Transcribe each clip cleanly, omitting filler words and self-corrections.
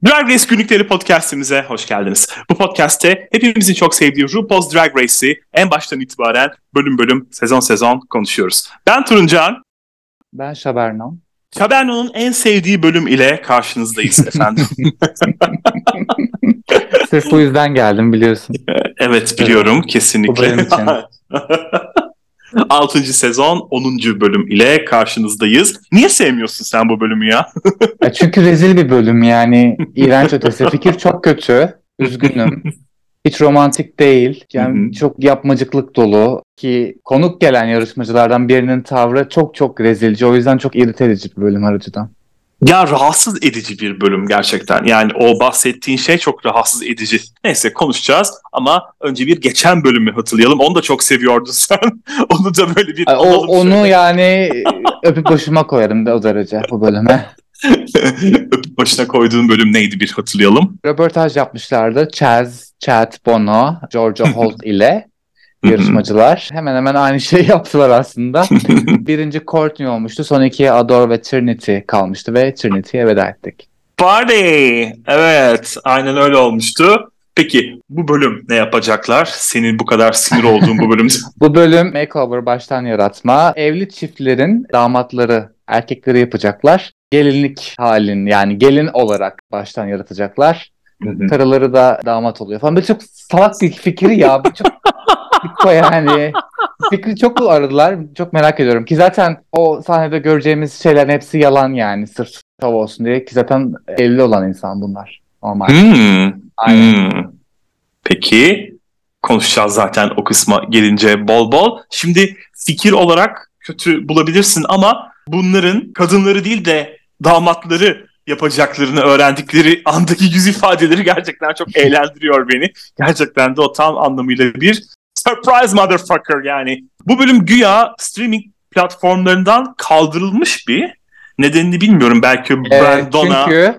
Drag Race Günlükleri podcastimize hoş geldiniz. Bu podcast'te hepimizin çok sevdiği RuPaul's Drag Race'i en baştan itibaren bölüm bölüm, sezon sezon konuşuyoruz. Ben Turuncan. Ben Şaberno. Şaberno'nun en sevdiği bölüm ile karşınızdayız efendim. Sırf bu yüzden geldim biliyorsun. Evet biliyorum kesinlikle. Bu bölüm için. 6. sezon 10. bölüm ile karşınızdayız. Niye sevmiyorsun sen bu bölümü ya? Çünkü rezil bir bölüm yani. İğrenç ötesi. Fikir çok kötü. Üzgünüm. Hiç romantik değil. Yani çok yapmacıklık dolu. Ki konuk gelen yarışmacılardan birinin tavrı çok çok rezilce. O yüzden çok irite edici bir bölüm harcıdan. Ya rahatsız edici bir bölüm gerçekten. Yani o bahsettiğin şey çok rahatsız edici. Neyse konuşacağız ama önce bir geçen bölümü hatırlayalım. Onu da çok seviyordun sen. Onu da böyle bir alalım. Onu yani öpüp başıma koyarım da o derece bu bölüme. Öpüp başına koyduğun bölüm neydi bir hatırlayalım. Röportaj yapmışlardı. Chad Bono, Georgia Holt ile yarışmacılar. Hemen hemen aynı şeyi yaptılar aslında. Birinci Courtney olmuştu. Son ikiye Adore ve Trinity kalmıştı ve Trinity'ye veda ettik. Party! Evet, aynen öyle olmuştu. Peki bu bölüm ne yapacaklar? Senin bu kadar sinir olduğun bu bölüm. Bu bölüm makeover baştan yaratma. Evli çiftlerin damatları, erkekleri yapacaklar. Gelinlik halin yani gelin olarak baştan yaratacaklar. Karıları da damat oluyor falan. Böyle çok salak bir fikir ya. Çok yani. Fikri çok aradılar. Çok merak ediyorum. Ki zaten o sahnede göreceğimiz şeylerin hepsi yalan yani. Sırf şov olsun diye. Ki zaten evli olan insan bunlar. Normal. Aynen. Peki. Konuşacağız zaten o kısma gelince bol bol. Şimdi fikir olarak kötü bulabilirsin ama bunların kadınları değil de damatları yapacaklarını öğrendikleri andaki yüz ifadeleri gerçekten çok eğlendiriyor beni. Gerçekten de o tam anlamıyla bir surprise motherfucker yani. Bu bölüm güya streaming platformlarından kaldırılmış bir. Nedenini bilmiyorum. Belki Brandona... Çünkü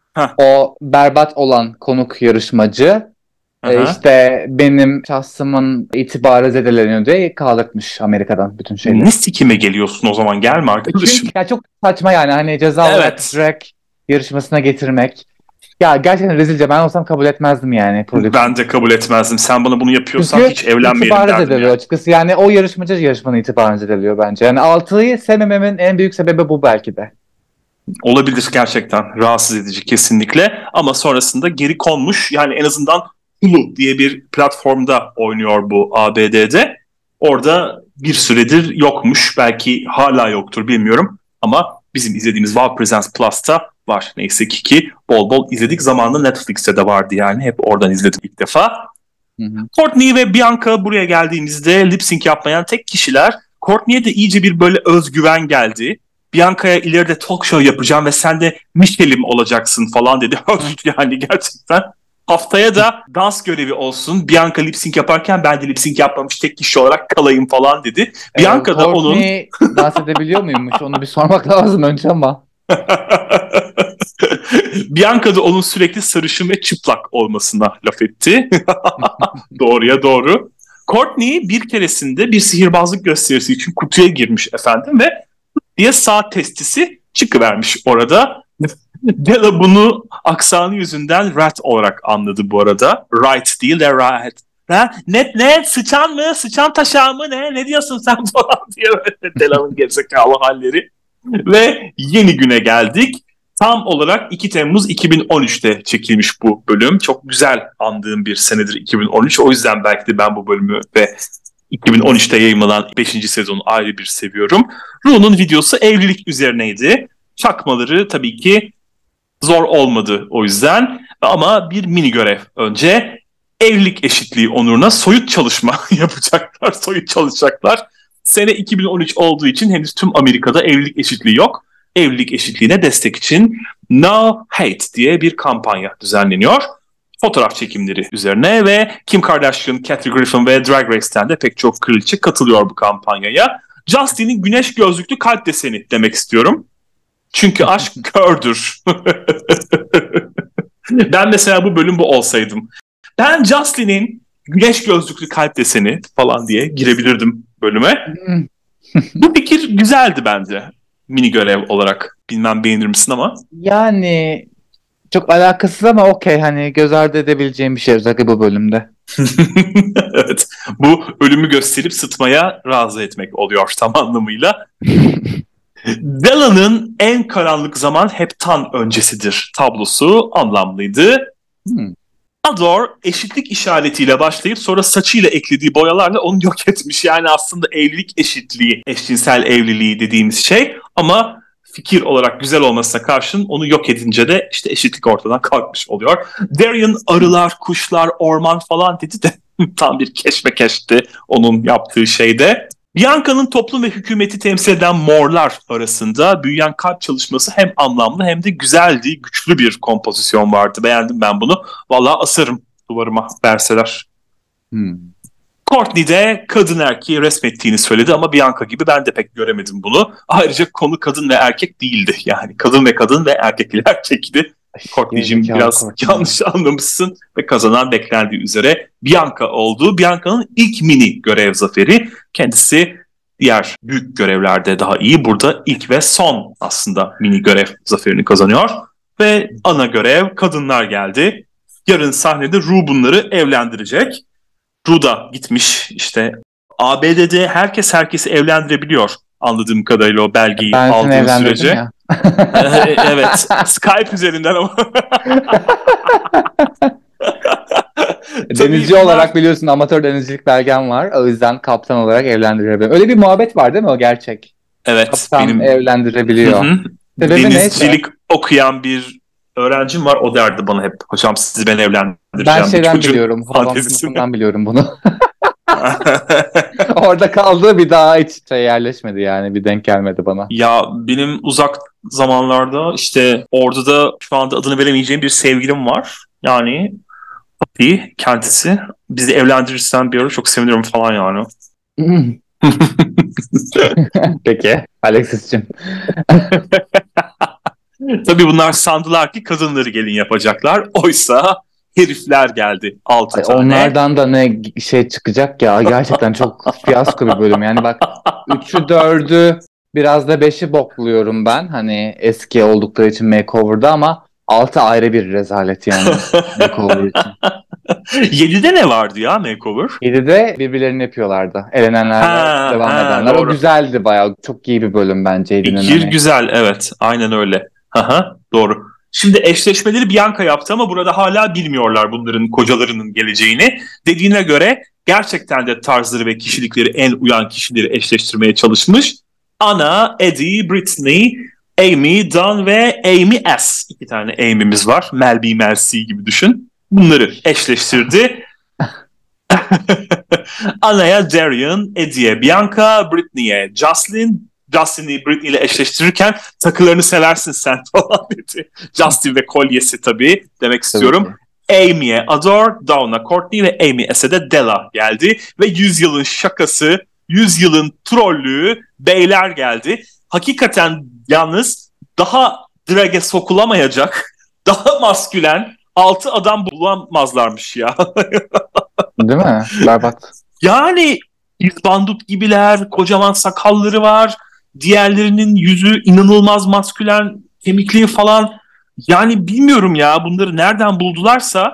o berbat olan konuk yarışmacı işte benim şahsımın itibarı zedeleniyor diye kaldırmış Amerika'dan bütün şeyleri. Ne sikime geliyorsun o zaman gelme arkadaşım. Çünkü çok saçma yani hani ceza olarak drag yarışmasına getirmek. Ya gerçekten rezilce, ben olsam kabul etmezdim yani. Ben de kabul etmezdim. Sen bana bunu yapıyorsan çünkü hiç evlenmeyelim derdim yani. Açıkçası yani o yarışmanın itibarını zedeliyor bence. Yani 6'yı sevmememin en büyük sebebi bu belki de. Olabilir gerçekten. Rahatsız edici kesinlikle. Ama sonrasında geri konmuş. Yani en azından Hulu diye bir platformda oynuyor bu ABD'de. Orada bir süredir yokmuş. Belki hala yoktur bilmiyorum. Ama bizim izlediğimiz Wow Presents Plus'ta var. Neyse ki bol bol izledik. Zamanında Netflix'te de vardı yani. Hep oradan izledim ilk defa. Courtney ve Bianca buraya geldiğimizde lip sync yapmayan tek kişiler. Courtney'e de iyice bir böyle özgüven geldi. Bianca'ya ileride talk show yapacağım ve sen de Michelle'im olacaksın falan dedi. Yani gerçekten. Haftaya da dans görevi olsun. Bianca lip sync yaparken ben de lip sync yapmamış tek kişi olarak kalayım falan dedi. Bianca da onun... Courtney dans edebiliyor muymuş? Onu bir sormak lazım önce ama. Bianca da onun sürekli sarışın ve çıplak olmasına laf etti. Doğruya doğru. Courtney bir keresinde bir sihirbazlık gösterisi için kutuya girmiş efendim ve diye saat testisi çıkıvermiş orada. Della bunu aksanı yüzünden rat olarak anladı bu arada. Right değil de rat. Ne sıçan mı? Sıçan taşağı mı? Ne diyorsun sen falan diye Della'nın gerizekalı halleri. Ve yeni güne geldik. Tam olarak 2 Temmuz 2013'te çekilmiş bu bölüm. Çok güzel andığım bir senedir 2013. O yüzden belki de ben bu bölümü ve 2013'te yayınlanan 5. sezonu ayrı bir seviyorum. Ru'nun videosu evlilik üzerineydi. Çakmaları tabii ki zor olmadı o yüzden. Ama bir mini görev önce. Evlilik eşitliği onuruna soyut çalışma yapacaklar. Soyut çalışacaklar. Sene 2013 olduğu için henüz tüm Amerika'da evlilik eşitliği yok. Evlilik eşitliğine destek için No Hate diye bir kampanya düzenleniyor. Fotoğraf çekimleri üzerine ve Kim Kardashian, Kathy Griffin ve Drag Race'ten de pek çok kraliçe katılıyor bu kampanyaya. Justin'in güneş gözlüklü kalp deseni demek istiyorum. Çünkü aşk kördür. Ben mesela bu bölüm bu olsaydım. Ben Justin'in güneş gözlüklü kalp deseni falan diye girebilirdim bölüme. Bu fikir güzeldi bence. Mini görev olarak. Bilmem beğenir misin ama. Yani Çok alakasız ama okey, hani göz ardı edebileceğim bir şey özellikle bu bölümde. Evet. Bu ölümü gösterip sıtmaya razı etmek oluyor tam anlamıyla. Dela'nın en karanlık zaman hep tan öncesidir tablosu anlamlıydı. Hmm. Ador eşitlik işaretiyle başlayıp sonra saçıyla eklediği boyalarla onu yok etmiş. Yani aslında evlilik eşitliği, eşcinsel evliliği dediğimiz şey, ama fikir olarak güzel olmasına karşın onu yok edince de işte eşitlik ortadan kalkmış oluyor. Darian arılar, kuşlar, orman falan dedi de tam bir keşmekeşti onun yaptığı şeyde. Bianca'nın toplum ve hükümeti temsil eden morlar arasında büyüyen kalp çalışması hem anlamlı hem de güzeldi. Güçlü bir kompozisyon vardı. Beğendim ben bunu. Vallahi asarım duvarıma verseler. Courtney de kadın erkeği resmettiğini söyledi ama Bianca gibi ben de pek göremedim bunu. Ayrıca konu kadın ve erkek değildi. Yani kadın ve kadın ve erkek ile erkekti. Courtney'cim biraz yanlış anlamışsın ve kazanan beklendiği üzere Bianca oldu. Bianca'nın ilk mini görev zaferi. Kendisi diğer büyük görevlerde daha iyi. Burada ilk ve son aslında mini görev zaferini kazanıyor. Ve ana görev kadınlar geldi. Yarın sahnede Rue bunları evlendirecek. Rue da gitmiş işte ABD'de herkes herkesi evlendirebiliyor anladığım kadarıyla o belgeyi aldığım sürece. Ya. Evet. Skype üzerinden ama. Denizci olarak biliyorsun, amatör denizcilik belgem var. O yüzden kaptan olarak evlendirebiliyor. Öyle bir muhabbet var değil mi, o gerçek? Evet. Kaptan benim evlendirebiliyor. Denizcilik okuyan bir öğrencim var. O derdi bana hep. Hocam sizi ben evlendireceğim. Ben şeyden biliyorum. Fantezisinden biliyorum bunu. Orada kaldı, bir daha hiç yerleşmedi yani, bir denk gelmedi bana. Ya benim uzak zamanlarda işte orada da şu anda adını veremeyeceğim bir sevgilim var. Yani Papi kendisi. Bizi evlendirirsen bir ara çok sevinirim falan yani. Peki Alexis'cim. Tabii bunlar sandılar ki kadınları gelin yapacaklar. Oysa herifler geldi 6 tane. Onlardan da ne şey çıkacak ya, gerçekten çok fiyasko bir bölüm. Yani bak 3'ü 4'ü biraz da 5'i bokluyorum ben. Hani eski oldukları için makeover'da, ama 6 ayrı bir rezalet yani makeover için. 7'de ne vardı ya makeover? 7'de birbirlerini yapıyorlardı. Elenenlerle devam edenler. Doğru. O güzeldi bayağı. Çok iyi bir bölüm bence. İlk güzel, evet. Aynen öyle. Aha, doğru. Şimdi eşleşmeleri Bianca yaptı ama burada hala bilmiyorlar bunların kocalarının geleceğini. Dediğine göre gerçekten de tarzları ve kişilikleri en uyan kişileri eşleştirmeye çalışmış. Anna, Eddie, Brittany, Amy, Dawn ve Amy S. 2 tane Amy'miz var. Mel B, Mel C gibi düşün. Bunları eşleştirdi. Anna'ya Darian, Eddie'ye Bianca, Brittany'ye Justin'i Britney ile eşleştirirken takılarını seversin sen falan dedi. Justin ve kolyesi tabii demek istiyorum. Amy'ye Adore, Dawn'a Courtney ve Amy S'e de Della geldi. Ve 100 yılın şakası, 100 yılın trollüğü beyler geldi. Hakikaten yalnız daha drag'e sokulamayacak, daha maskülen 6 adam bulamazlarmış ya. Değil mi? Berbat. Yani İzbandut gibiler, kocaman sakalları var. Diğerlerinin yüzü inanılmaz maskülen, kemikli falan. Yani bilmiyorum ya, bunları nereden buldularsa.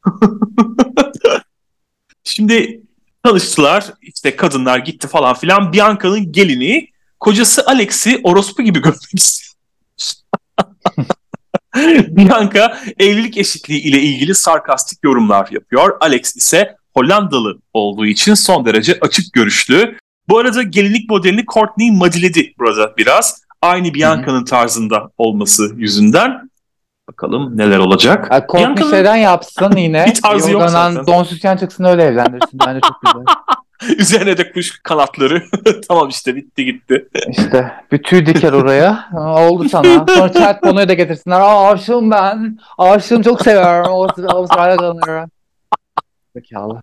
Şimdi tanıştılar, işte kadınlar gitti falan filan. Bianca'nın gelini kocası Alex'i orospu gibi görmek istiyor. Bianca evlilik eşitliği ile ilgili sarkastik yorumlar yapıyor. Alex ise Hollandalı olduğu için son derece açık görüşlü. Bu arada gelinlik modelini Courtney modelledi burada biraz. Aynı Bianca'nın tarzında olması yüzünden. Bakalım neler olacak. Courtney şeyden yapsın yine. Bir tarzı yok zaten. Don Sütyen çıksın, öyle evlendirsin. Bence çok güzel. Üzerine de kuş kanatları. Tamam işte, bitti gitti. İşte bir tüy diker oraya. Oldu sana. Sonra Chad Bono'yu da getirsinler. Aşığım ben. Aşığım, çok seviyorum. O sırayla kalınıyorum. Zekalı.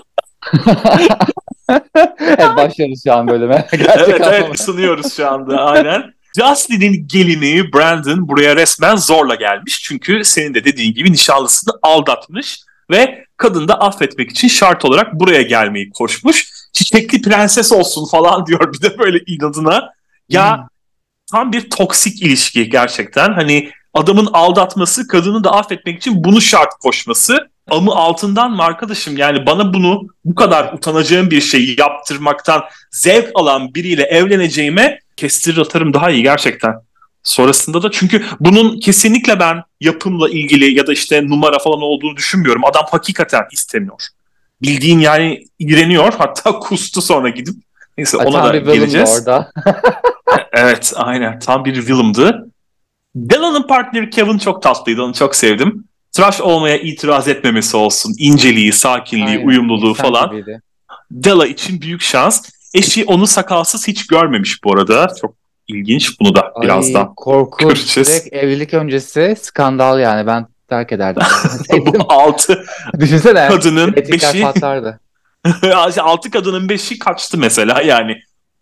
Evet, başlıyoruz şu an bölüme. Evet, ısınıyoruz şu anda aynen. Justin'in gelini Brandon buraya resmen zorla gelmiş. Çünkü senin de dediğin gibi nişanlısını aldatmış. Ve kadın da affetmek için şart olarak buraya gelmeyi koşmuş. Çiçekli prenses olsun falan diyor bir de böyle inadına. Ya tam bir toksik ilişki gerçekten. Hani Adamın aldatması, kadını da affetmek için bunu şart koşması. Amı altından mı arkadaşım? Yani bana bunu bu kadar utanacağım bir şeyi yaptırmaktan zevk alan biriyle evleneceğime kestirir atarım daha iyi gerçekten. Sonrasında da çünkü bunun kesinlikle ben yapımla ilgili ya da işte numara falan olduğunu düşünmüyorum. Adam hakikaten istemiyor. Bildiğin yani iğreniyor. Hatta kustu sonra gidip. Neyse ona da geleceğiz. Orada. Evet aynen tam bir villain'dı. Dela'nın partneri Kevin çok tatlıydı. Onu çok sevdim. Tıraş olmaya itiraz etmemesi olsun. İnceliği, sakinliği, Aynen, uyumluluğu insan falan. gibiydi. Dela için büyük şans. Eşi onu sakalsız hiç görmemiş bu arada. Çok ilginç. Bunu da birazdan korkunç. göreceğiz. Direkt evlilik öncesi skandal yani. Ben terk ederdim. Bu 6 Düşünsene. kadının Etikler 5'i patlardı. 6 kadının 5'i kaçtı mesela yani.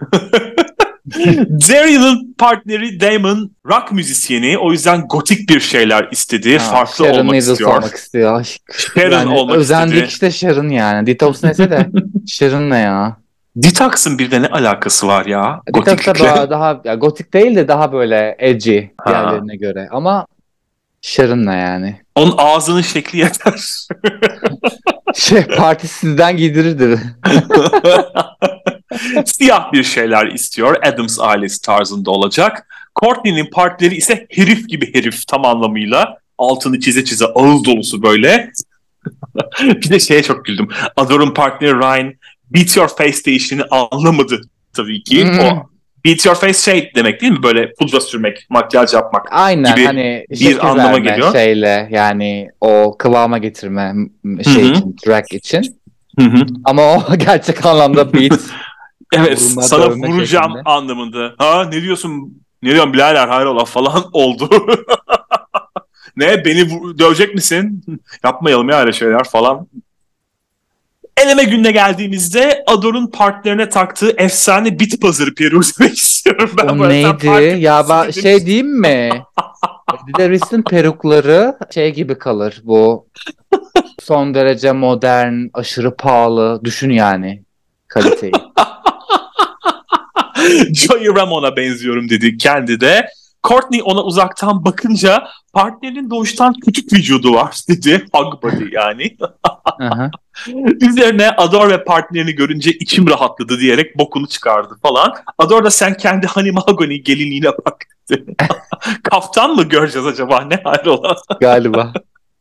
Darian'ın partneri Damon rock müzisyeni. O yüzden gotik bir şeyler istedi. Farklı Sharon olmak Needles istiyor. olmak istiyor. Sharon yani olmak özendik istedi. işte Sharon yani. Detox neyse de Sharon ne ya? Detox'ın bir de ne alakası var ya Detox gotiklikle? daha ya, gotik değil de daha böyle edgy diğerlerine göre. Ama Sharon ne yani? Onun ağzının şekli yeter. Partisizden giydirirdi. Siyah bir şeyler istiyor. Addams ailesi tarzında olacak. Courtney'nin partneri ise herif gibi herif tam anlamıyla. Altını çize çize ağız dolusu böyle. Bir de şeye çok güldüm. Ador'un partneri Ryan beat your face değişini anlamadı tabii ki. O beat your face şey demek değil mi? Böyle pudra sürmek, makyaj yapmak Aynen gibi hani bir şekil anlama verme geliyor. şeyle yani o kıvama getirme şey için, track için. Hı-hı. Ama o gerçek anlamda beat. Evet, Vurma, sana dövme vuracağım şeklinde. anlamında. Ha ne diyorsun? Ne diyorsun birader hayrola falan oldu. Ne beni dövecek misin? Yapmayalım ya öyle şeyler falan. Eleme gününe geldiğimizde Ador'un partnerine taktığı efsane bit pazarı peruğu demek istiyorum. Ben O böyle sen neydi? parti Ya ben demiştim. şey diyeyim mi? Daenerys'in perukları şey gibi kalır bu. Son derece modern, aşırı pahalı. Düşün yani kaliteyi. Joey Ramon'a benziyorum dedi kendi de. Courtney ona uzaktan bakınca partnerinin doğuştan küçük vücudu var dedi. Hug body yani. Aha. Üzerine Ador ve partnerini görünce içim rahatladı diyerek bokunu çıkardı falan. Ador da sen kendi Honey Mahogany gelinliğine bak dedi. Kaftan mı göreceğiz acaba ne hal olan? Galiba.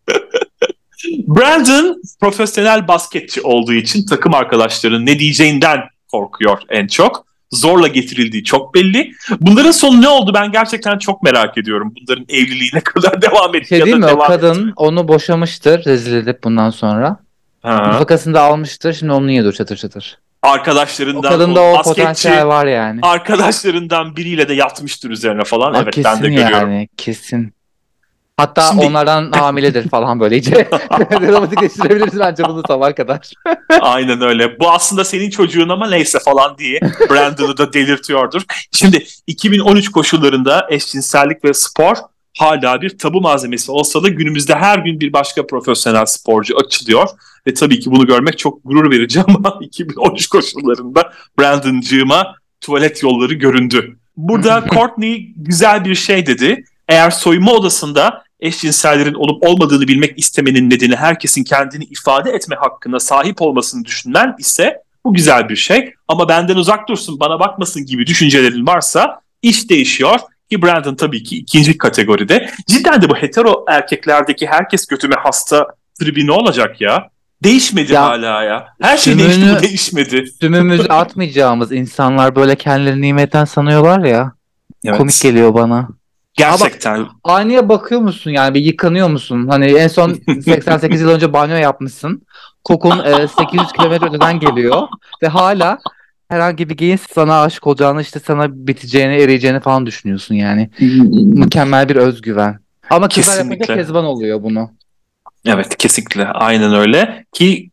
Brandon profesyonel basketçi olduğu için takım arkadaşlarının ne diyeceğinden korkuyor en çok. Zorla getirildiği çok belli. Bunların sonu ne oldu ben gerçekten çok merak ediyorum. Bunların evliliği ne kadar devam etti Şey ya değil da mi? O devam kadın etmiyor. onu boşamıştır rezil edip bundan sonra. Ha. Nafakasını da almıştır. Şimdi onu yiyordur çatır çatır. O Arkadaşlarından kadında o o potansiyel basketçi var yani. arkadaşlarından biriyle de yatmıştır üzerine falan. Evet ben Kesin de görüyorum. yani. Kesin. Hatta Şimdi onlardan hamiledir falan böyle iyice. Dramatikleştirebiliriz bence bunu sabah kadar. aynen öyle. Bu aslında senin çocuğun ama neyse falan diye Brandon'ı da delirtiyordur. Şimdi 2013 koşullarında eşcinsellik ve spor hala bir tabu malzemesi olsa da günümüzde her gün bir başka profesyonel sporcu açılıyor. Ve tabii ki bunu görmek çok gurur verici ama 2013 koşullarında Brandon'cığıma tuvalet yolları göründü. Burada Courtney güzel bir şey dedi. Eğer soyunma odasında eşcinsellerin olup olmadığını bilmek istemenin nedeni herkesin kendini ifade etme hakkına sahip olmasını düşünmen ise bu güzel bir şey. Ama benden uzak dursun, bana bakmasın gibi düşüncelerin varsa iş değişiyor. Ki Brandon tabii ki ikinci kategoride. Cidden de bu hetero erkeklerdeki herkes götüme hasta tribi ne olacak ya? Değişmedi Ya, hala ya. Her şey değişti bu değişmedi. Sümümüzü atmayacağımız insanlar böyle kendilerini nimetten sanıyorlar ya. Evet. Komik geliyor bana. Gerçekten. Aynaya bakıyor musun yani bir yıkanıyor musun? Hani en son 88 yıl önce banyo yapmışsın. Kokun 800 kilometre öteden geliyor. Ve hala herhangi bir geyin sana aşık olacağını işte sana biteceğini eriyeceğini falan düşünüyorsun yani. Mükemmel bir özgüven. Ama kızlar yapınca Kesinlikle. kezban oluyor bunu. Evet kesinlikle aynen öyle ki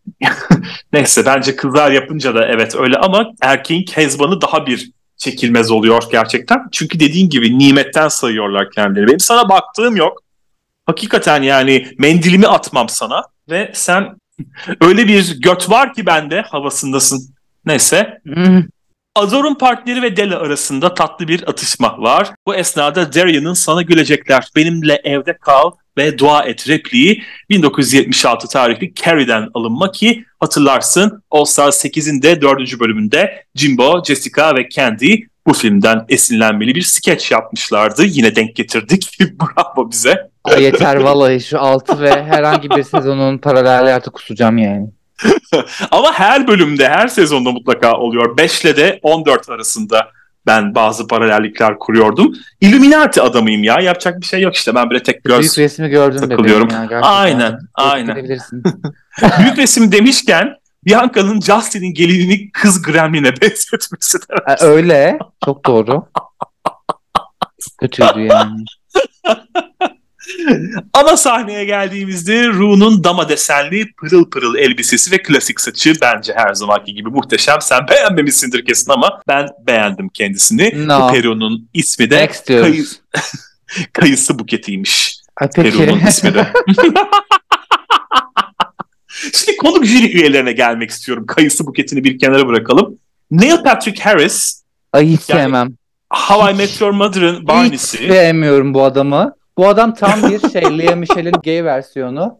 neyse bence kızlar yapınca da evet öyle ama erkeğin kezbanı daha bir çekilmez oluyor gerçekten. Çünkü dediğin gibi nimetten sayıyorlar kendilerini. Benim sana baktığım yok. Hakikaten yani mendilimi atmam sana ve sen öyle bir göt var ki bende havasındasın. Neyse. Azor'un partneri ve Della arasında tatlı bir atışma var. Bu esnada Darian'ın "sana gülecekler, benimle evde kal ve dua et" repliği 1976 tarihli Carrie'den alınma ki hatırlarsın All Star 8'in de 4. bölümünde Jimbo, Jessica ve Candy bu filmden esinlenmeli bir skeç yapmışlardı. Yine denk getirdik. Bravo bize. Ay yeter vallahi, şu 6 ve herhangi bir sezonun paralel hayatı kusacağım yani. Ama her bölümde, her sezonda mutlaka oluyor. 5 ile de 14 arasında ben bazı paralellikler kuruyordum. Illuminati adamıyım ya. Yapacak bir şey yok işte. Ben böyle tek göz Büyük resmi gördüm takılıyorum. bebeğim ya gerçekten. Aynen, aynen. Gösterebilirsin. Büyük resim demişken Bianca'nın Justin'in gelinini kız Gremlin'e benzetmesi de. Öyle. Çok doğru. Kötüydü yani. Ana sahneye geldiğimizde Ru'nun dama desenli pırıl pırıl elbisesi ve klasik saçı bence her zamanki gibi muhteşem. Sen beğenmemişsindir kesin ama ben beğendim kendisini. No. Bu Peru'nun ismi de Kayısı Buketi'ymiş. Peki. Peru'nun ismi de. Şimdi konuk jüri üyelerine gelmek istiyorum. Kayısı Buketi'ni bir kenara bırakalım. Neil Patrick Harris. Ay hiç sevmem. How I Met Your Mother'ın Barney'si. Hiç sevmiyorum bu adamı. Bu adam tam bir Lea Michele'in gay versiyonu.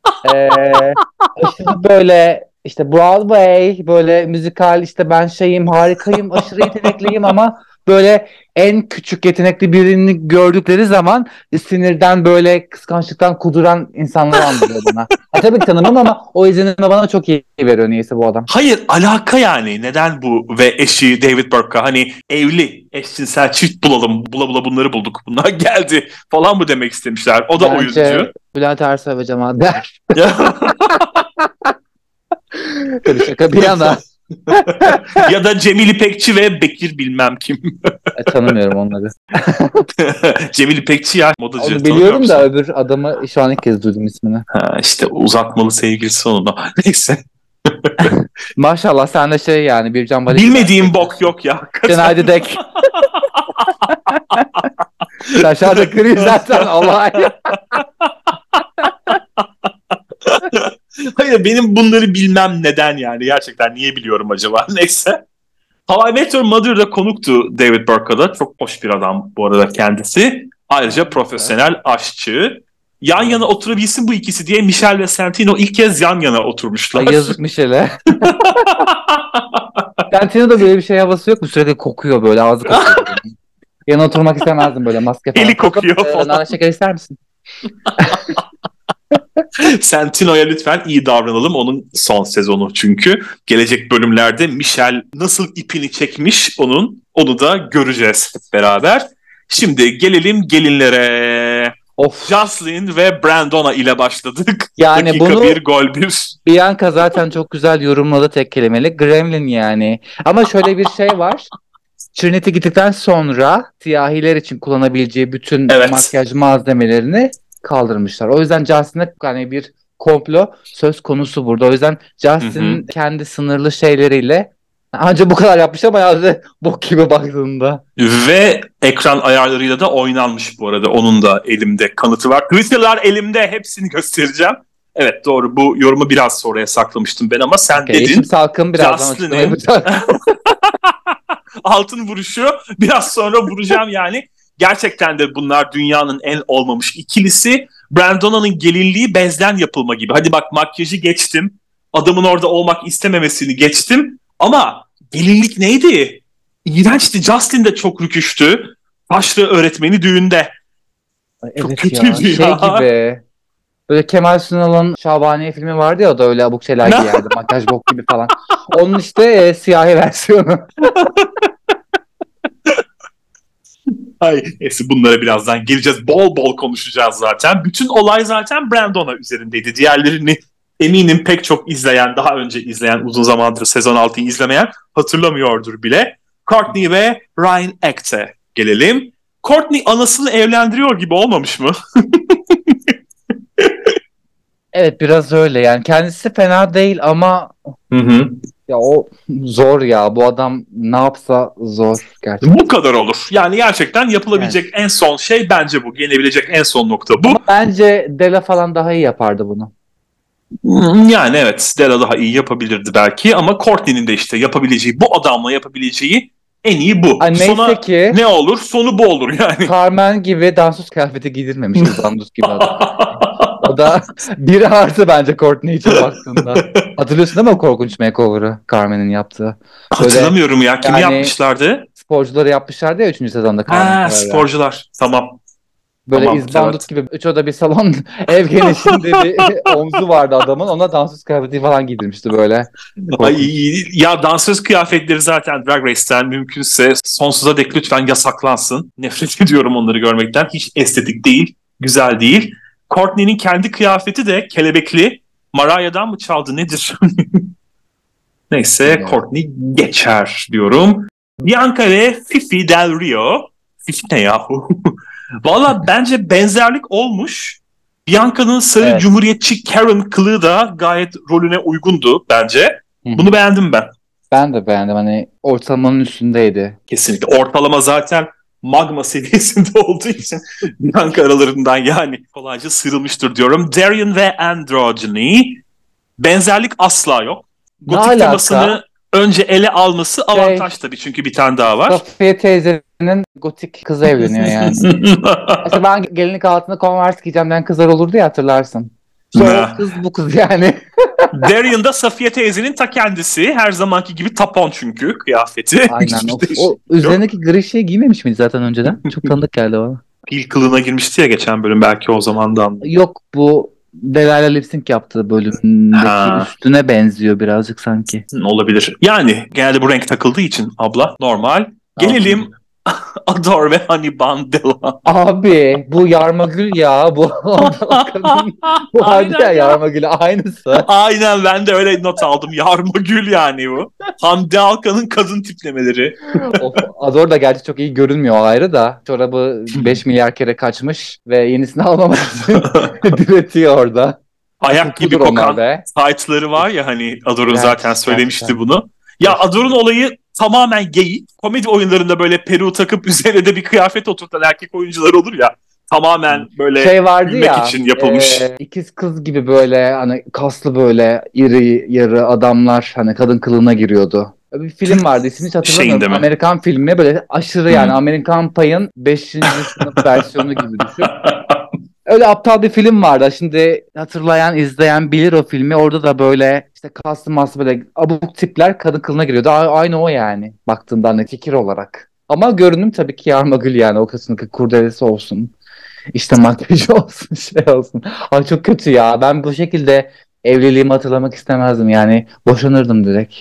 Aşırı böyle işte Broadway, böyle müzikal, işte ben şeyim, harikayım, aşırı yetenekliyim ama böyle en küçük yetenekli birini gördükleri zaman sinirden, böyle kıskançlıktan kuduran insanları andırıyor bana. Tabii ki tanımam ama o izlenimi bana çok iyi veriyor niyeyse bu adam. Hayır, alaka yani. Neden bu ve eşi David Burke'a hani evli eşcinsel çift bulalım, bula bunları bulduk, bunlar geldi falan mı demek istemişler. O da bence oyuncu. Bülent Ersoy ve Cemal der. Tabii şaka bir yana. Ya da Cemil İpekçi ve Bekir bilmem kim. Tanımıyorum onları. Cemil İpekçi ya, modacı. Onu biliyorum da öbür adamı şu an ilk kez duydum ismini. İşte uzatmalı sevgilisi onunla. Neyse. Maşallah sen de şey yani bir can balık. Bilmediğim bok yok ya. Cenaydı dek. Aşağıda kırıyor zaten olay. Hayır, benim bunları bilmem neden yani. Gerçekten niye biliyorum acaba? Neyse. How I Met Your Mother'da konuktu David Burke'a. Çok hoş bir adam bu arada kendisi. Ayrıca profesyonel aşçı. Yan yana oturabilsin bu ikisi diye Michelle ve Santino ilk kez yan yana oturmuşlar. Ay yazık Michelle'e. Santino'da böyle bir şey havası yok mu? Sürekli kokuyor, böyle ağzı kokuyor. Yana oturmak istemezdim, böyle maske falan. Eli kokuyor falan. Nane şeker ister misin? Santino'ya lütfen iyi davranalım. Onun son sezonu çünkü. Gelecek bölümlerde Michelle nasıl ipini çekmiş onu da göreceğiz beraber. Şimdi gelelim gelinlere. Jocelyn ve Brandona ile başladık. Yani dakika bunu 1 gol 1. Bianca zaten çok güzel yorumladı tek kelimeli. Gremlin yani. Ama şöyle bir şey var. Trinity gittikten sonra siyahiler için kullanabileceği bütün makyaj malzemelerini kaldırmışlar. O yüzden Justin'e hani bir komplo söz konusu burada. O yüzden Justin kendi sınırlı şeyleriyle ancak bu kadar yapmış ama yani bok gibi baktığında. Ve ekran ayarlarıyla da oynanmış bu arada. Onun da elimde kanıtı var. Twitter'lar elimde, hepsini göstereceğim. Evet doğru, bu yorumu biraz sonraya saklamıştım ben ama sen dedin. Şimdi Salkın birazdan açıklama yapacak. Altın vuruşu biraz sonra vuracağım yani. Gerçekten de bunlar dünyanın en olmamış ikilisi. Brandona'nın gelinliği bezden yapılma gibi. Hadi bak, makyajı geçtim. Adamın orada olmak istememesini geçtim. Ama gelinlik neydi? İğrençti. Justin de çok rüküştü. Taşra öğretmeni düğünde. Evet çok kötüydü ya. Şey gibi. Böyle Kemal Sunal'ın Şabaniye filmi vardı ya, o da öyle abuk şeyler giyerdi. Makyaj bok gibi falan. Onun işte siyahi versiyonu. Ay, neyse bunlara birazdan geleceğiz. Bol bol konuşacağız zaten. Bütün olay zaten Brandona üzerindeydi. Diğerlerini eminim pek çok izleyen, daha önce izleyen, uzun zamandır sezon 6'yı izlemeyen hatırlamıyordur bile. Courtney ve Ryan Act'e gelelim. Courtney anasını evlendiriyor gibi olmamış mı? Evet biraz öyle yani. Kendisi fena değil ama ya o zor ya. Bu adam ne yapsa zor gerçekten. Bu kadar olur. Yani gerçekten yapılabilecek en son şey bence bu. Gelebilecek en son nokta bu. Ama bence Della falan daha iyi yapardı bunu. Yani evet, Della daha iyi yapabilirdi belki ama Courtney'nin de işte yapabileceği, bu adamla yapabileceği en iyi bu. Neyse Sona ki ne olur? Sonu bu olur yani. Carmen gibi dansöz kıyafeti giydirmemiş İzbandut gibi adam. O da biri artı bence Courtney için baktığında. Hatırlıyorsun değil mi o korkunç makeover'ı Carmen'in yaptığı? Böyle Hatırlamıyorum ya. Kimi yani yapmışlardı? sporcuları yapmışlardı ya 3. sezonda Carmen Ha, Carrera. sporcular. Tamam. Böyle Tamam, İzbandut evet. gibi 3 oda bir salon ev genişliğinde bir omzu vardı adamın. Ona dansöz kıyafeti falan giydirmişti böyle. Ay, Korkunç. ya dansöz kıyafetleri zaten Drag Race'ten mümkünse sonsuza dek lütfen yasaklansın. Nefret ediyorum onları görmekten. Hiç estetik değil, güzel değil. Courtney'nin kendi kıyafeti de kelebekli. Mariah'dan mı çaldı nedir? Neyse, Bilmiyorum. Courtney geçer diyorum. Bianca ve Fifi Del Rio. Fifi ne yahu? Valla bence benzerlik olmuş. Bianca'nın sarı Evet. cumhuriyetçi Karen kılığı da gayet rolüne uygundu bence. Hı hı. Bunu beğendim ben. Ben de beğendim. Hani ortalamanın üstündeydi. Kesinlikle. Ortalama zaten magma seviyesinde olduğu için Bianca aralarından yani kolayca sıyrılmıştır diyorum. Darian ve Androgyny. Benzerlik asla yok. Ne Gotik alaka? temasını önce ele alması avantaj tabii, çünkü bir tane daha var. Safiye teyzenin gotik kızı evleniyor yani. İşte ben gelinlik altına Converse giyeceğim diyen kızlar olurdu ya, hatırlarsın. İşte o kız bu kız yani. Darian da Safiye teyzenin ta kendisi. Her zamanki gibi tapon çünkü kıyafeti. Aynen. Hiçbir O değişiklik yok. üzerindeki gri şey giymemiş miydi zaten önceden? Çok tanıdık geldi bana. Pil kılığına girmişti ya geçen bölüm, belki o zamandan. Yok, bu Delayla lip sync yaptığı bölümdeki Ha, üstüne benziyor birazcık sanki. olabilir. Yani genelde bu renk takıldığı için abla normal. Gelelim Adore ve Honey Bandela. Abi bu Yarmagül ya. Bu kadın, bu vardı ya Aynen ya. Yarmagül aynısı. Aynen, ben de öyle not aldım. Yarma gül yani bu. Hamdi Alkan'ın kadın tiplemeleri. Of, Ador da gerçi çok iyi görünmüyor, o ayrı da. Çorabı 5 milyar kere kaçmış ve yenisini almamak için diretiyor orada. Ayak gibi Kutudur onlar kokan be. taytları var ya, hani Ador'un zaten söylemişti Gerçekten. bunu. Ya Ador'un olayı tamamen geyik. Komedi oyunlarında böyle peruğu takıp üzerine de bir kıyafet oturtan erkek oyuncular olur ya. Tamamen böyle Şey vardı gülmek ya, için yapılmış. ikiz kız gibi böyle hani kaslı böyle iri yarı adamlar hani kadın kılığına giriyordu. Bir film vardı, ismini hiç hatırlamıyorum. Şeyinde mi? Amerikan filmi, böyle aşırı yani Amerikan Pie'ın 5. sınıf versiyonu gibi düşün. Öyle aptal bir film vardı. Şimdi hatırlayan, izleyen bilir o filmi. Orada da böyle işte kaslı maslı böyle abuk tipler kadın kılığına giriyordu. Aynı o yani. Baktığında hani fikir olarak. Ama görünüm tabii ki Yarmagül yani. O kısmındaki kurdelesi olsun. İşte makyajı olsun, şey olsun. Ay çok kötü ya. Ben bu şekilde evliliğimi hatırlamak istemezdim yani. Boşanırdım direkt.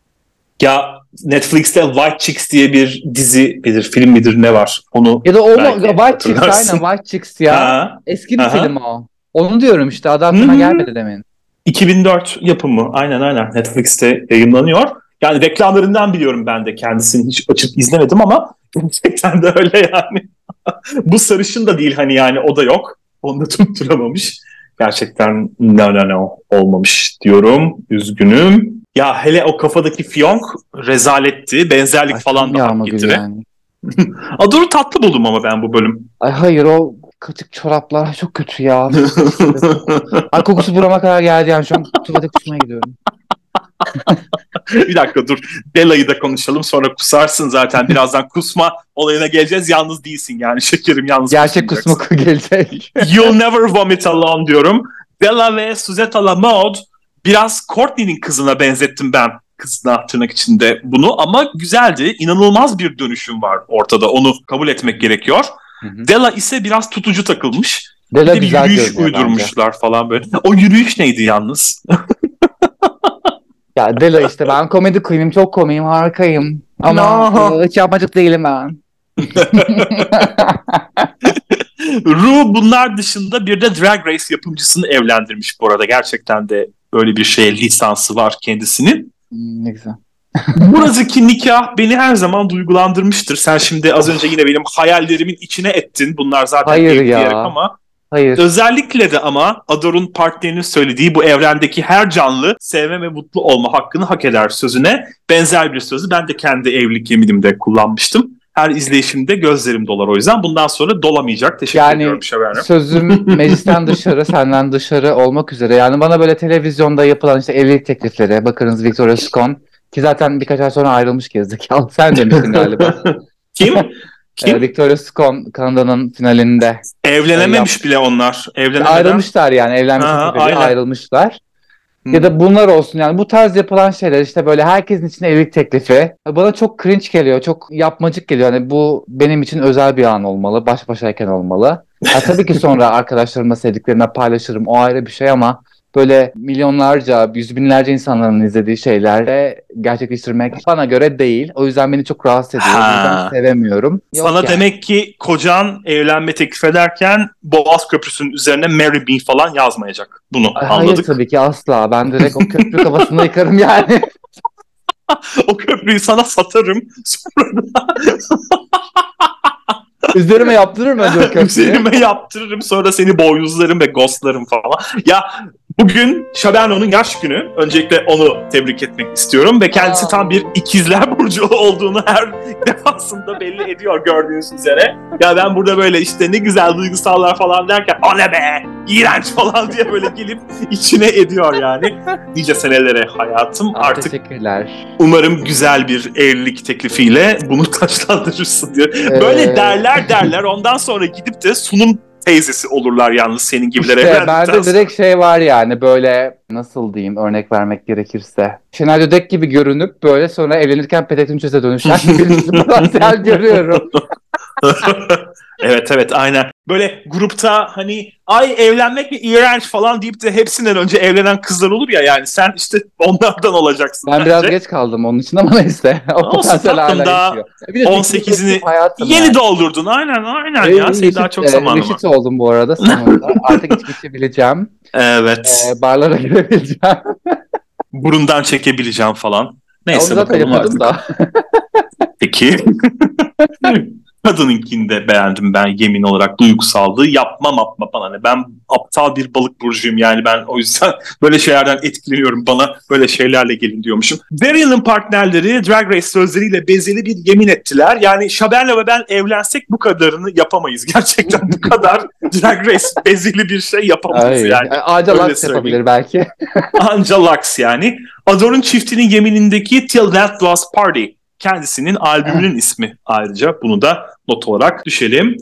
Ya Netflix'te White Chicks diye bir dizi midir, film midir, ne var? Onu Ya da o belki White Chicks, hatırlarsın. aynen White Chicks ya. Ha, Eski bir aha. film o. Onu diyorum işte. Adı aklıma gelmedi demin. 2004 yapımı. Aynen. Netflix'te yayınlanıyor. Yani reklamlarından biliyorum ben de, kendisini hiç açıp izlemedim ama gerçekten de öyle yani. Bu sarışın da değil hani, yani o da yok. Onu da tutturamamış. Gerçekten no olmamış diyorum. Üzgünüm. Ya hele o kafadaki fiyonk rezaletti. Benzerlik Ay falan tam da hak Yağmagül getire. yani. Ador'u tatlı buldum ama ben bu bölüm. Ay hayır, o katık çoraplar çok kötü ya. Ay kokusu burama kadar geldi yani, şu an tuvalete kusmaya gidiyorum. Bir dakika dur. Bella'yı da konuşalım, sonra kusarsın zaten. Birazdan kusma olayına geleceğiz. Yalnız değilsin yani şekerim, yalnız Gerçek kusmayacaksın. kusma gelecek. You'll never vomit alone diyorum. Bella ve Suzette Lamode, biraz Courtney'nin kızına benzettim ben. Kızına tırnak içinde bunu, ama güzeldi. İnanılmaz bir dönüşüm var ortada. Onu kabul etmek gerekiyor. Della ise biraz tutucu takılmış. Dela Bir de bir güzel yürüyüş görünüyor uydurmuşlar falan böyle. O yürüyüş neydi yalnız? Ya Dela işte, ben komedi queen'im, çok komiyim, harikayım. Ama hiç yapmacık değilim ben. Ru bunlar dışında bir de Drag Race yapımcısını evlendirmiş bu arada. Gerçekten de öyle bir şeye lisansı var kendisinin. Ne güzel. Buradaki nikah beni her zaman duygulandırmıştır. Sen şimdi az önce yine benim hayallerimin içine ettin. Bunlar zaten Hayır evli ya. diyerek ama Hayır. özellikle de ama Ador'un partnerinin söylediği bu evrendeki her canlı sevme ve mutlu olma hakkını hak eder sözüne benzer bir sözü ben de kendi evlilik yeminimde kullanmıştım. Her izleyişimde gözlerim dolar o yüzden. Bundan sonra dolamayacak. Teşekkür ediyorum Şaberno. Sözüm meclisten dışarı, senden dışarı olmak üzere. Yani bana böyle televizyonda yapılan işte evlilik teklifleri, bakınız Victoria Scone ki zaten birkaç ay sonra ayrılmış gerizekalı. Sen demiştin galiba. Kim? Victoria Scone Kanada'nın finalinde. Evlenememiş bile onlar. Ayrılmışlar yani. Evlenme teklifiyle ayrılmışlar. Ya da bunlar olsun yani bu tarz yapılan şeyler işte böyle herkesin içine evlilik teklifi bana çok cringe geliyor, çok yapmacık geliyor. Yani bu benim için özel bir an olmalı, baş başayken olmalı. Tabii ki sonra arkadaşlarımla sevdiklerimle paylaşırım, o ayrı bir şey ama böyle milyonlarca, yüz binlerce insanların izlediği şeyleri gerçekleştirmek bana göre değil. O yüzden beni çok rahatsız ediyor. O yüzden sevemiyorum. Sana yani. Demek ki kocan evlenme teklif ederken Boğaz Köprüsü'nün üzerine Marry Me falan yazmayacak. Bunu anladık. Hayır tabii ki asla. Ben direkt o köprü kafasını yıkarım yani. O köprüyü sana satarım. Sonra da... Üzerime yaptırır mı o köprüyü? Üzerime yaptırırım. Sonra seni boynuzlarım ve ghostlarım falan. Ya bugün Şaberno'nun yaş günü. Öncelikle onu tebrik etmek istiyorum. Ve kendisi tam bir ikizler burcu olduğunu her defasında belli ediyor gördüğünüz üzere. Ya ben burada böyle işte ne güzel duygusallar falan derken o ne be iğrenç falan diye böyle gelip içine ediyor yani. Nice senelere hayatım. Artık teşekkürler. Umarım güzel bir evlilik teklifiyle bunu taçlandırırsın diyor. Böyle derler ondan sonra gidip de sunum teyzesi olurlar yalnız senin gibiler evlendikten sonra. Bende direkt şey var yani böyle nasıl diyeyim örnek vermek gerekirse. Şener Ödek gibi görünüp böyle sonra evlenirken Petek Ünçöz'e dönüşen bir potansiyel görüyorum. Evet aynen. Böyle grupta hani ay evlenmek mi iğrenç falan deyip de hepsinden önce evlenen kızlar olur ya yani sen işte onlardan olacaksın. Ben biraz geç kaldım onun için ama neyse. O potansiyel hala yaşıyor. 18'ini yeni yani. Doldurdun aynen ya. Senin daha çok zamanın var. Reşit oldum bu arada sonunda. Artık içki içebileceğim. Evet. Barlara girebileceğim. Burundan çekebileceğim falan. Neyse bakalım yapmadım da. Peki. Kadınınkini de beğendim ben yemin olarak duygusaldı. Yapmam bana. Ben aptal bir balık burcuyum yani ben o yüzden böyle şeylerden etkileniyorum. Bana böyle şeylerle gelin diyormuşum. Darian'ın partnerleri Drag Race sözleriyle bezeli bir yemin ettiler. Yani Şaberno ve ben evlensek bu kadarını yapamayız. Gerçekten bu kadar Drag Race bezeli bir şey yapamayız yani. Anca Lux yapabilir belki. Anca Lux yani. Ador'un çiftinin yeminindeki Till That Last Party. Kendisinin albümünün ismi ayrıca. Bunu da not olarak düşelim.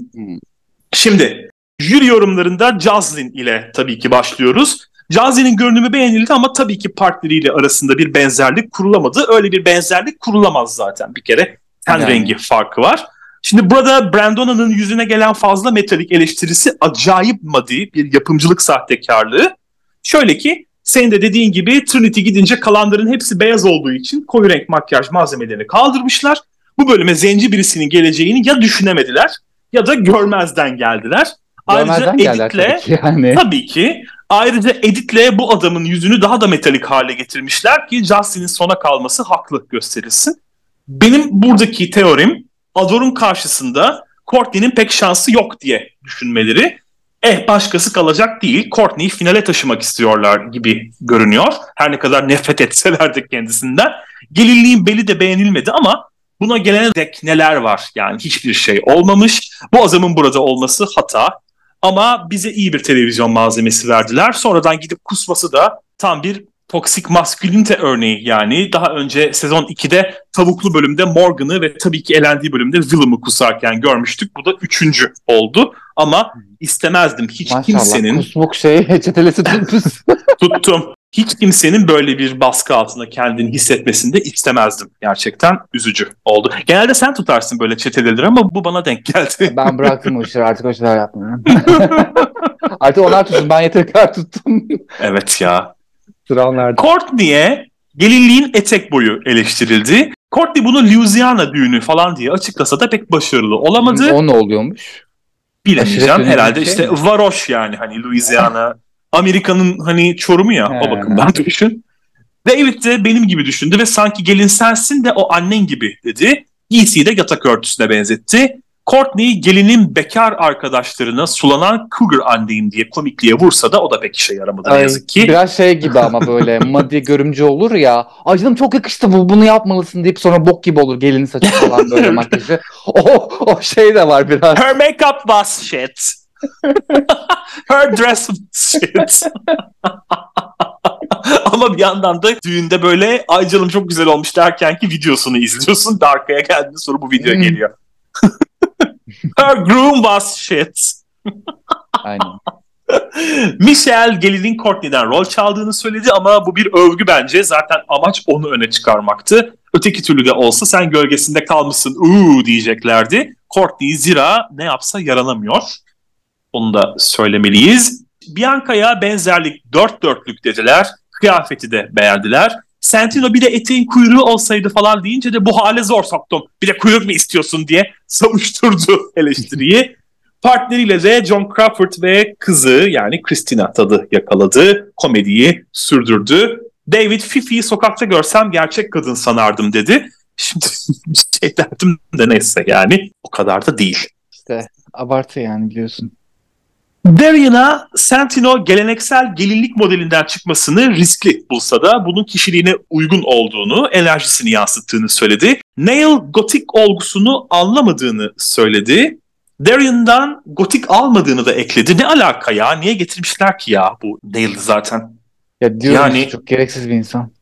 Şimdi jüri yorumlarında Jocelyn ile tabii ki başlıyoruz. Jocelyn'in görünümü beğenildi ama tabii ki partneriyle arasında bir benzerlik kurulamadı. Öyle bir benzerlik kurulamaz zaten. Bir kere ten rengi farkı var. Şimdi burada Brandona'nın yüzüne gelen fazla metalik eleştirisi acayip maddi bir yapımcılık sahtekarlığı. Şöyle ki senin de dediğin gibi Trinity gidince kalanların hepsi beyaz olduğu için koyu renk makyaj malzemelerini kaldırmışlar. Bu bölüme zenci birisinin geleceğini ya düşünemediler ya da görmezden geldiler. Ayrıca editle tabii ki ayrıca editle bu adamın yüzünü daha da metalik hale getirmişler ki Justin'in sona kalması haklı gösterilsin. Benim buradaki teorim Ador'un karşısında Courtney'nin pek şansı yok diye düşünmeleri. Başkası kalacak değil. Courtney'i finale taşımak istiyorlar gibi görünüyor. Her ne kadar nefret etseler de kendisinden. Gelinliğin beli de beğenilmedi ama buna gelene dek neler var? Yani hiçbir şey olmamış. Bu adamın burada olması hata. Ama bize iyi bir televizyon malzemesi verdiler. Sonradan gidip kusması da tam bir toksik maskülinite örneği yani. Daha önce sezon 2'de tavuklu bölümde Morgan'ı ve tabii ki elendiği bölümde Willem'ı kusarken görmüştük. Bu da 3. oldu. Ama istemezdim hiç kimsenin... Kusmuk çetelesi tuttum. Hiç kimsenin böyle bir baskı altında kendini hissetmesini de istemezdim. Gerçekten üzücü oldu. Genelde sen tutarsın böyle çeteleri ama bu bana denk geldi. Ben bıraktım o işleri artık o şeyler yapmıyorum. Artık onlar tutsun ben yeteri kadar tuttum. Evet ya. Sıra Courtney'e gelinliğin etek boyu eleştirildi. Courtney bunu Louisiana düğünü falan diye açıklasa da pek başarılı olamadı. O ne oluyormuş? Bilemeyeceğim herhalde işte varoş yani hani Louisiana Amerika'nın hani Çorum'u ya o bakımdan düşün. David de benim gibi düşündü ve sanki gelin sensin de o annen gibi dedi. EC'yi de yatak örtüsüne benzetti. Courtney gelinin bekar arkadaşlarına sulanan cougar anneyim diye komikliğe vursa da o da pek işe yaramadı ne yazık ki. Biraz şey gibi ama böyle Maddie görümce olur ya. Ay canım çok yakıştı bunu yapmalısın deyip sonra bok gibi olur gelinin saçı falan böyle makyajı. O şey de var biraz. Her makeup was shit. Her dress was shit. Ama bir yandan da düğünde böyle ay canım çok güzel olmuş derken ki videosunu izliyorsun. Arkaya geldiğinde sonra bu video geliyor. Her groom was shit. Aynen. Michelle gelinin Courtney'den rol çaldığını söyledi ama bu bir övgü bence. Zaten amaç onu öne çıkarmaktı. Öteki türlü de olsa sen gölgesinde kalmışsın diyeceklerdi. Courtney zira ne yapsa yaranamıyor. Onu da söylemeliyiz. Bianca'ya benzerlik dört dörtlük dediler. Kıyafeti de beğendiler. Santino bir de eteğin kuyruğu olsaydı falan deyince de bu hale zor soktum. Bir de kuyruk mu istiyorsun diye savuşturdu eleştiriyi. Partneriyle de John Crawford ve kızı yani Christina tadı yakaladı. Komediyi sürdürdü. David Fifi'yi sokakta görsem gerçek kadın sanardım dedi. Şimdi bir şey derdim de neyse yani o kadar da değil. İşte abartı yani biliyorsun. Darian'a Santino geleneksel gelinlik modelinden çıkmasını riskli bulsa da bunun kişiliğine uygun olduğunu, enerjisini yansıttığını söyledi. Neil gotik olgusunu anlamadığını söyledi. Darian'dan gotik almadığını da ekledi. Ne alaka ya? Niye getirmişler ki ya bu Neil zaten? Ya diyorum yani, çok gereksiz bir insan.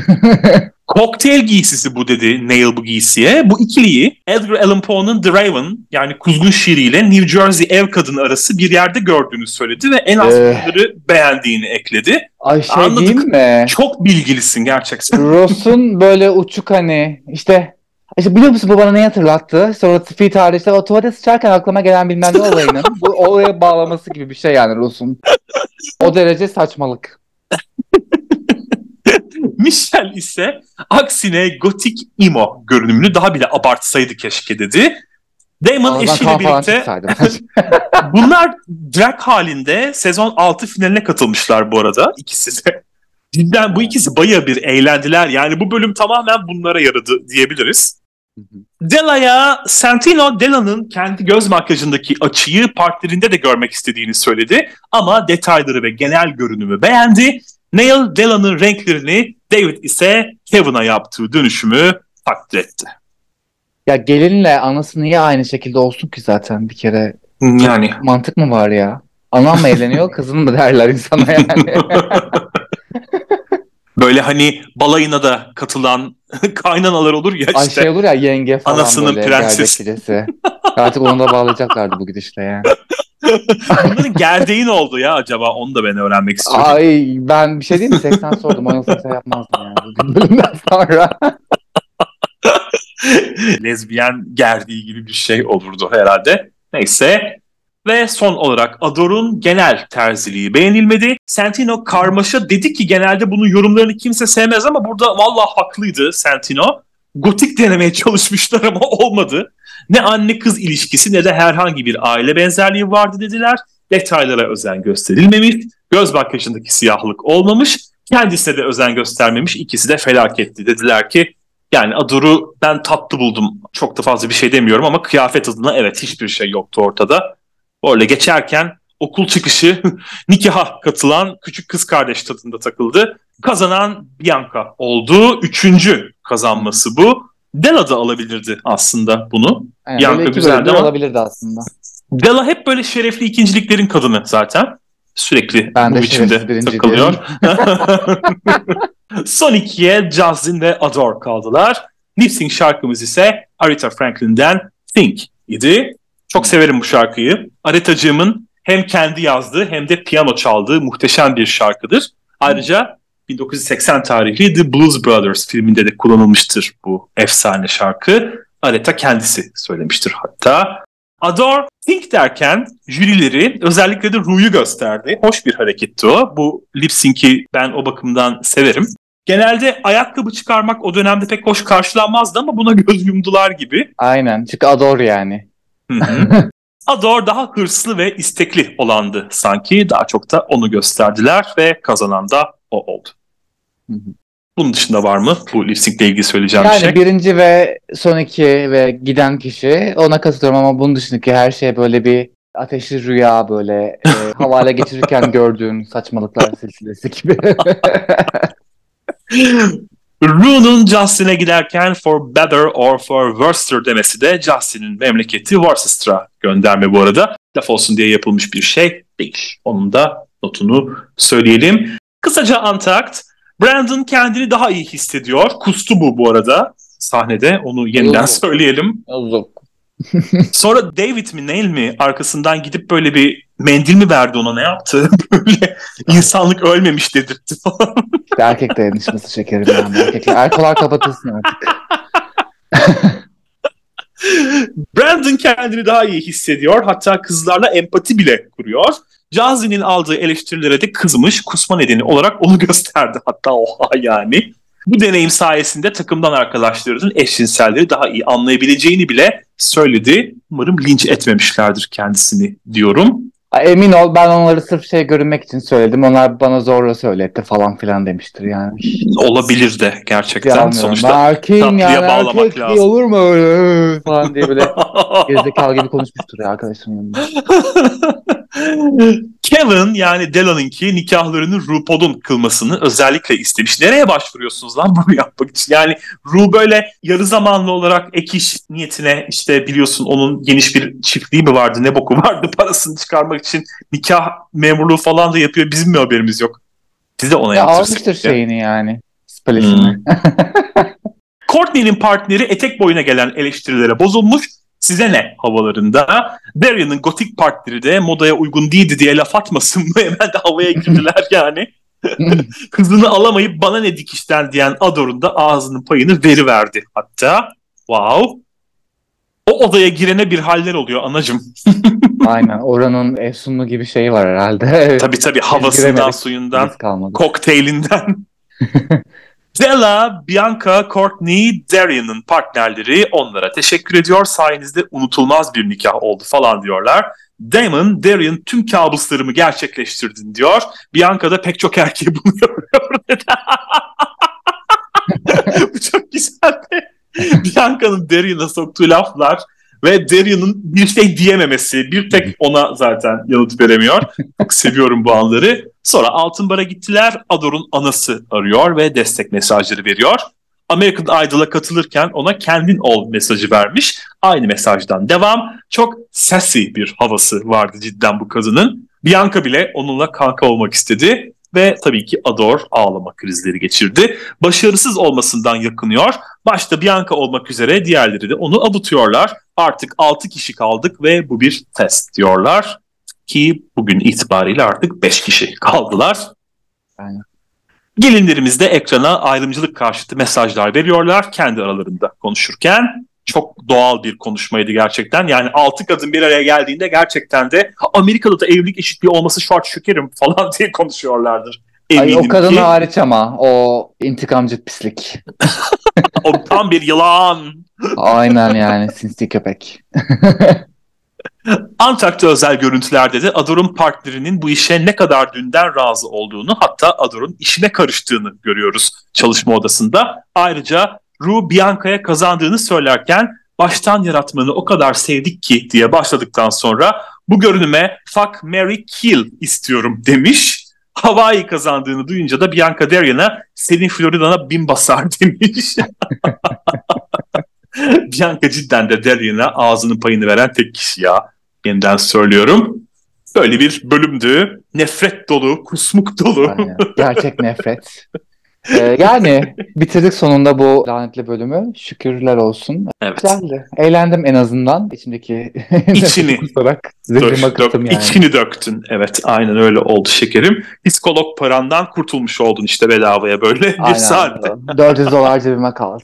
Kokteyl giysisi bu dedi Neil bu giysiye. Bu ikiliyi Edgar Allan Poe'nun The Raven yani Kuzgun şiiriyle New Jersey ev kadını arası bir yerde gördüğünü söyledi ve en az bunları beğendiğini ekledi. Ay şey anladık. Değil mi? Çok bilgilisin gerçekten. Ross'un böyle uçuk hani işte biliyor musun bu bana ne hatırlattı? Sonra tıffi tarihte o tuvalete sıçarken aklıma gelen bilmem ne olayının bu olaya bağlaması gibi bir şey yani Ross'un. O derece saçmalık. Michelle ise aksine gotik emo görünümünü daha bile abartsaydı keşke dedi. Damon eşiyle birlikte bunlar drag halinde sezon 6 finaline katılmışlar bu arada ikisi de. Cidden bu ikisi bayağı bir eğlendiler. Yani bu bölüm tamamen bunlara yaradı diyebiliriz. Dela'ya Santino Dela'nın kendi göz makyajındaki açıyı partnerinde de görmek istediğini söyledi. Ama detayları ve genel görünümü beğendi. Neil Dela'nın renklerini, David ise Kevin'a yaptığı dönüşümü takdir etti. Ya gelinle anası niye aynı şekilde olsun ki zaten bir kere? Yani. Mantık mı var ya? Anam mı eğleniyor, kızın mı derler insana yani? Böyle hani balayına da katılan kaynanalar olur ya işte. Ay şey olur ya yenge falan anasının böyle. prensesi. Artık onu da bağlayacaklardı bu gidişle yani. Bunların gerdeği ne oldu ya acaba? Onu da ben öğrenmek istiyorum. Ay ben bir şey diyeyim mi? 80 sordum. 10 yapmazdım yani bugün bölümden sonra. Lezbiyen gerdiği gibi bir şey olurdu herhalde. Neyse. Ve son olarak Ador'un genel terziliği beğenilmedi. Santino karmaşa dedi ki genelde bunun yorumlarını kimse sevmez ama burada vallahi haklıydı Santino. Gotik denemeye çalışmışlar ama olmadı. Ne anne kız ilişkisi ne de herhangi bir aile benzerliği vardı dediler. Detaylara özen gösterilmemiş. Göz makyajındaki siyahlık olmamış. Kendisine de özen göstermemiş. İkisi de felaketti. Dediler ki yani Ador'u ben tatlı buldum. Çok da fazla bir şey demiyorum ama kıyafet adına evet hiçbir şey yoktu ortada. Öyle geçerken okul çıkışı nikaha katılan küçük kız kardeş tadında takıldı. Kazanan Bianca oldu. 3. kazanması bu. Della da alabilirdi aslında bunu. Yani Bianca güzeldi ama alabilirdi aslında. Della hep böyle şerefli ikinciliklerin kadını zaten. Sürekli ben bu biçimde takılıyor. Son ikiye Justin ve Adore kaldılar. Lip Sync şarkımız ise Aretha Franklin'den Think idi. Çok severim bu şarkıyı. Aretha'cığımın hem kendi yazdığı hem de piyano çaldığı muhteşem bir şarkıdır. Ayrıca 1980 tarihli The Blues Brothers filminde de kullanılmıştır bu efsane şarkı. Aretha kendisi söylemiştir hatta. Adore Think derken jürileri özellikle de Ru'yu gösterdi. Hoş bir hareketti o. Bu lip sync'i ben o bakımdan severim. Genelde ayakkabı çıkarmak o dönemde pek hoş karşılanmazdı ama buna göz yumdular gibi. Aynen çünkü Adore yani. Adore daha hırslı ve istekli olandı sanki. Daha çok da onu gösterdiler ve kazanan da o oldu. Bunun dışında var mı bu lip sync'le ilgili söyleyeceğim bir şey? Yani birinci ve son iki ve giden kişi ona katılıyorum ama bunun dışındaki her şey böyle bir ateşli rüya böyle havale geçirirken gördüğün saçmalıklar silsilesi gibi. Ru'nun Justin'e giderken for better or for worser demesi de Justin'in memleketi Worcester'a gönderme bu arada. Laf olsun diye yapılmış bir şey değil. Onun da notunu söyleyelim. Kısaca Untucked. Brandon kendini daha iyi hissediyor. Kustu bu arada sahnede. Onu yeniden söyleyelim. Sonra David mi Neil mi arkasından gidip böyle bir mendil mi verdi ona, ne yaptı? Böyle insanlık ölmemiş dedirtti falan. İşte erkek dayanışması şekerim yani. Erkolar kapatılsın artık. Brandon kendini daha iyi hissediyor. Hatta kızlarla empati bile kuruyor. Jazzy'nin aldığı eleştirilere de kızmış. Kusma nedeni olarak onu gösterdi. Hatta oha yani. Bu deneyim sayesinde takımdan arkadaşlarının eşcinselleri daha iyi anlayabileceğini bile söyledi. Umarım linç etmemişlerdir kendisini diyorum. Emin ol, ben onları sırf görünmek için söyledim. Onlar bana zorla söyletti falan filan demiştir yani. Olabilir de gerçekten. Sonuçta erkeğim tatlıya yani, bağlamak erkek lazım. olur mu öyle falan diye böyle gerizekalı gibi konuşmuştur ya arkadaşım yanında. Kevin yani Delon'unki nikahlarını RuPaul'un kılmasını özellikle istemiş. Nereye başvuruyorsunuz lan bunu yapmak için? Yani Ru böyle yarı zamanlı olarak ek iş niyetine, işte biliyorsun onun geniş bir çiftliği mi vardı, ne boku vardı, parasını çıkarmak için nikah memurluğu falan da yapıyor. Bizim mi haberimiz yok? Biz de ona yaptırsak. Almıştır şeyini yani. Spalisini. Courtney'nin partneri etek boyuna gelen eleştirilere bozulmuş. Size ne havalarında. Darian'ın gotik partneri de modaya uygun değildi diye laf atmasın mı? Hemen de havaya girdiler yani. Hızını alamayıp bana ne dikişten diyen Ador'un da ağzının payını veriverdi hatta. Wow. O odaya girene bir haller oluyor anacım. Aynen, oranın efsunlu gibi şeyi var herhalde. Tabii havasından, suyundan, kokteylinden. Della, Bianca, Courtney, Darian'ın partnerleri onlara teşekkür ediyor. Sayenizde unutulmaz bir nikah oldu falan diyorlar. Damon, Darian tüm kabuslarımı gerçekleştirdin diyor. Bianca da pek çok erkeği bunu yapıyor. Bu çok güzeldi. Bianca'nın Darian'a soktuğu laflar ve Darian'ın bir şey diyememesi. Bir tek ona zaten yanıt veremiyor. Çok seviyorum bu anları. Sonra Altın Bar'a gittiler. Ador'un anası arıyor ve destek mesajları veriyor. American Idol'a katılırken ona kendin ol mesajı vermiş. Aynı mesajdan devam. Çok sassy bir havası vardı cidden bu kadının. Bianca bile onunla kanka olmak istedi. Ve tabii ki Ador ağlama krizleri geçirdi. Başarısız olmasından yakınıyor. Başta Bianca olmak üzere diğerleri de onu avutuyorlar. Artık 6 kişi kaldık ve bu bir test diyorlar. Ki bugün itibariyle artık 5 kişi kaldılar. Aynen. Gelinlerimiz de ekrana ayrımcılık karşıtı mesajlar veriyorlar kendi aralarında konuşurken. Çok doğal bir konuşmaydı gerçekten. Yani 6 kadın bir araya geldiğinde gerçekten de Amerika'da da evlilik eşitliği olması şart şekerim falan diye konuşuyorlardır. Ay, o kadın hariç ama o intikamcı pislik. O tam bir yılan. Aynen yani, sinsi köpek. Untucked'da özel görüntülerde de Ador'un partnerinin bu işe ne kadar dünden razı olduğunu, hatta Ador'un işine karıştığını görüyoruz çalışma odasında. Ayrıca Ru Bianca'ya kazandığını söylerken baştan yaratmanı o kadar sevdik ki diye başladıktan sonra bu görünüme fuck, marry, kill istiyorum demiş. Hawaii kazandığını duyunca da Bianca Darian'a senin Florida'na bin basar demiş. Bianca cidden de Darian'a ağzının payını veren tek kişi ya. Yeniden söylüyorum. Böyle bir bölümdü. Nefret dolu, kusmuk dolu. Aynen. Gerçek nefret. Yani bitirdik sonunda bu lanetli bölümü. Şükürler olsun. Evet. Güzeldi. Eğlendim en azından. İçimdeki İçini kusarak zihnimi akıttım yani. İçini döktün. Evet, aynen öyle oldu şekerim. Psikolog parandan kurtulmuş oldun işte bedavaya böyle bir saatte. $400 cebime kaldı.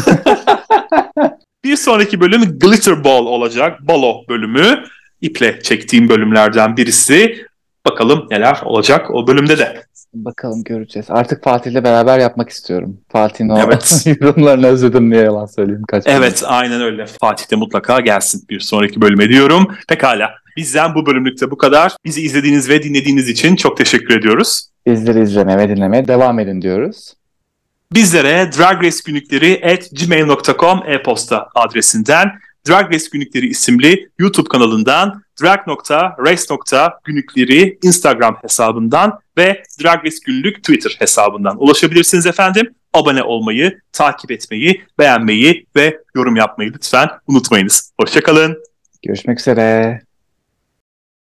Bir sonraki bölüm Glitter Ball olacak. Balo bölümü. İple çektiğim bölümlerden birisi. Bakalım neler olacak o bölümde de. Bakalım, göreceğiz. Artık Fatih'le beraber yapmak istiyorum. Fatih'in o yorumlarını özledim diye yalan söyleyeyim. Evet, aynen öyle. Fatih de mutlaka gelsin bir sonraki bölüme diyorum. Pekala. Bizden bu bölümlükte bu kadar. Bizi izlediğiniz ve dinlediğiniz için çok teşekkür ediyoruz. Bizleri izlemeye ve dinlemeye devam edin diyoruz. Bizlere dragracegünlükleri@gmail.com e-posta adresinden, Drag Race Günlükleri isimli YouTube kanalından, drag.race.günlükleri Instagram hesabından ve Drag Race Günlük Twitter hesabından ulaşabilirsiniz efendim. Abone olmayı, takip etmeyi, beğenmeyi ve yorum yapmayı lütfen unutmayınız. Hoşça kalın. Görüşmek üzere.